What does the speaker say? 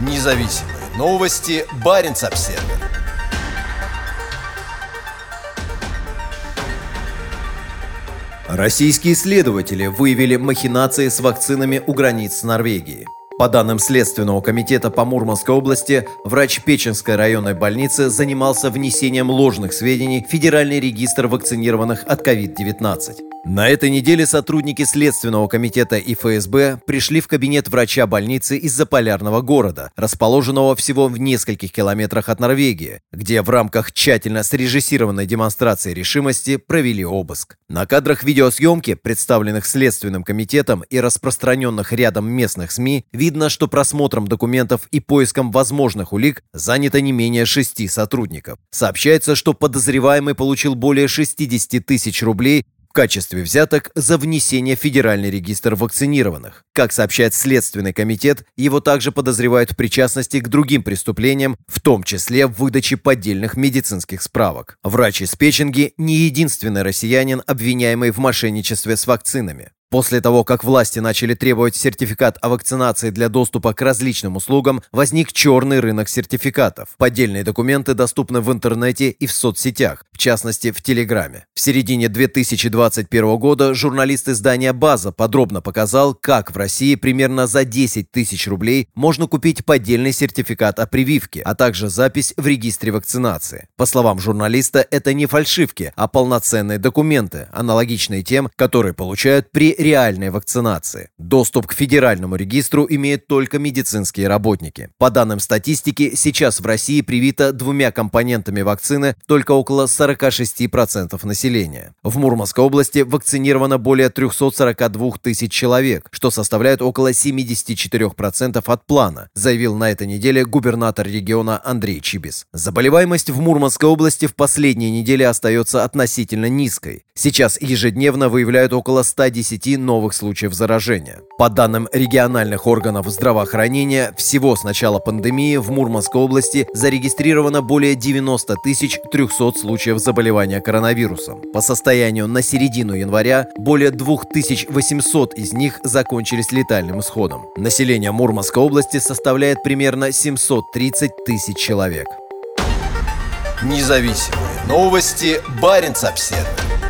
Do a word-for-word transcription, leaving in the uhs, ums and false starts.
Независимые новости. Баренц-Обсервер. Российские следователи выявили махинации с вакцинами у границ Норвегии. По данным Следственного комитета по Мурманской области, врач Печенской районной больницы занимался внесением ложных сведений в Федеральный регистр вакцинированных от ковид девятнадцать. На этой неделе сотрудники Следственного комитета и эф эс бэ пришли в кабинет врача больницы из Заполярного города, расположенного всего в нескольких километрах от Норвегии, где в рамках тщательно срежиссированной демонстрации решимости провели обыск. На кадрах видеосъемки, представленных Следственным комитетом и распространенных рядом местных СМИ, видно, что просмотром документов и поиском возможных улик занято не менее шести сотрудников. Сообщается, что подозреваемый получил более шестидесяти тысяч рублей в качестве взяток за внесение в Федеральный регистр вакцинированных. Как сообщает Следственный комитет, его также подозревают в причастности к другим преступлениям, в том числе в выдаче поддельных медицинских справок. Врач из Печенги не единственный россиянин, обвиняемый в мошенничестве с вакцинами. После того, как власти начали требовать сертификат о вакцинации для доступа к различным услугам, возник черный рынок сертификатов. Поддельные документы доступны в интернете и в соцсетях, в частности в Телеграме. В середине две тысячи двадцать первого года журналист издания «База» подробно показал, как в России примерно за десять тысяч рублей можно купить поддельный сертификат о прививке, а также запись в регистре вакцинации. По словам журналиста, это не фальшивки, а полноценные документы, аналогичные тем, которые получают при реальной вакцинации. Доступ к федеральному регистру имеют только медицинские работники. По данным статистики, сейчас в России привито двумя компонентами вакцины только около сорока шести процентов населения. В Мурманской области вакцинировано более трехсот сорока двух тысяч человек, что составляет около семидесяти четырёх процентов от плана, заявил на этой неделе губернатор региона Андрей Чибис. Заболеваемость в Мурманской области в последние недели остается относительно низкой. Сейчас ежедневно выявляют около ста десяти новых случаев заражения. По данным региональных органов здравоохранения, всего с начала пандемии в Мурманской области зарегистрировано более девяноста тысяч трёхсот случаев заболевания коронавирусом. По состоянию на середину января более двух тысяч восьмисот из них закончились летальным исходом. Население Мурманской области составляет примерно семьсот тридцать тысяч человек. Независимые новости. Баренц-Обсервер.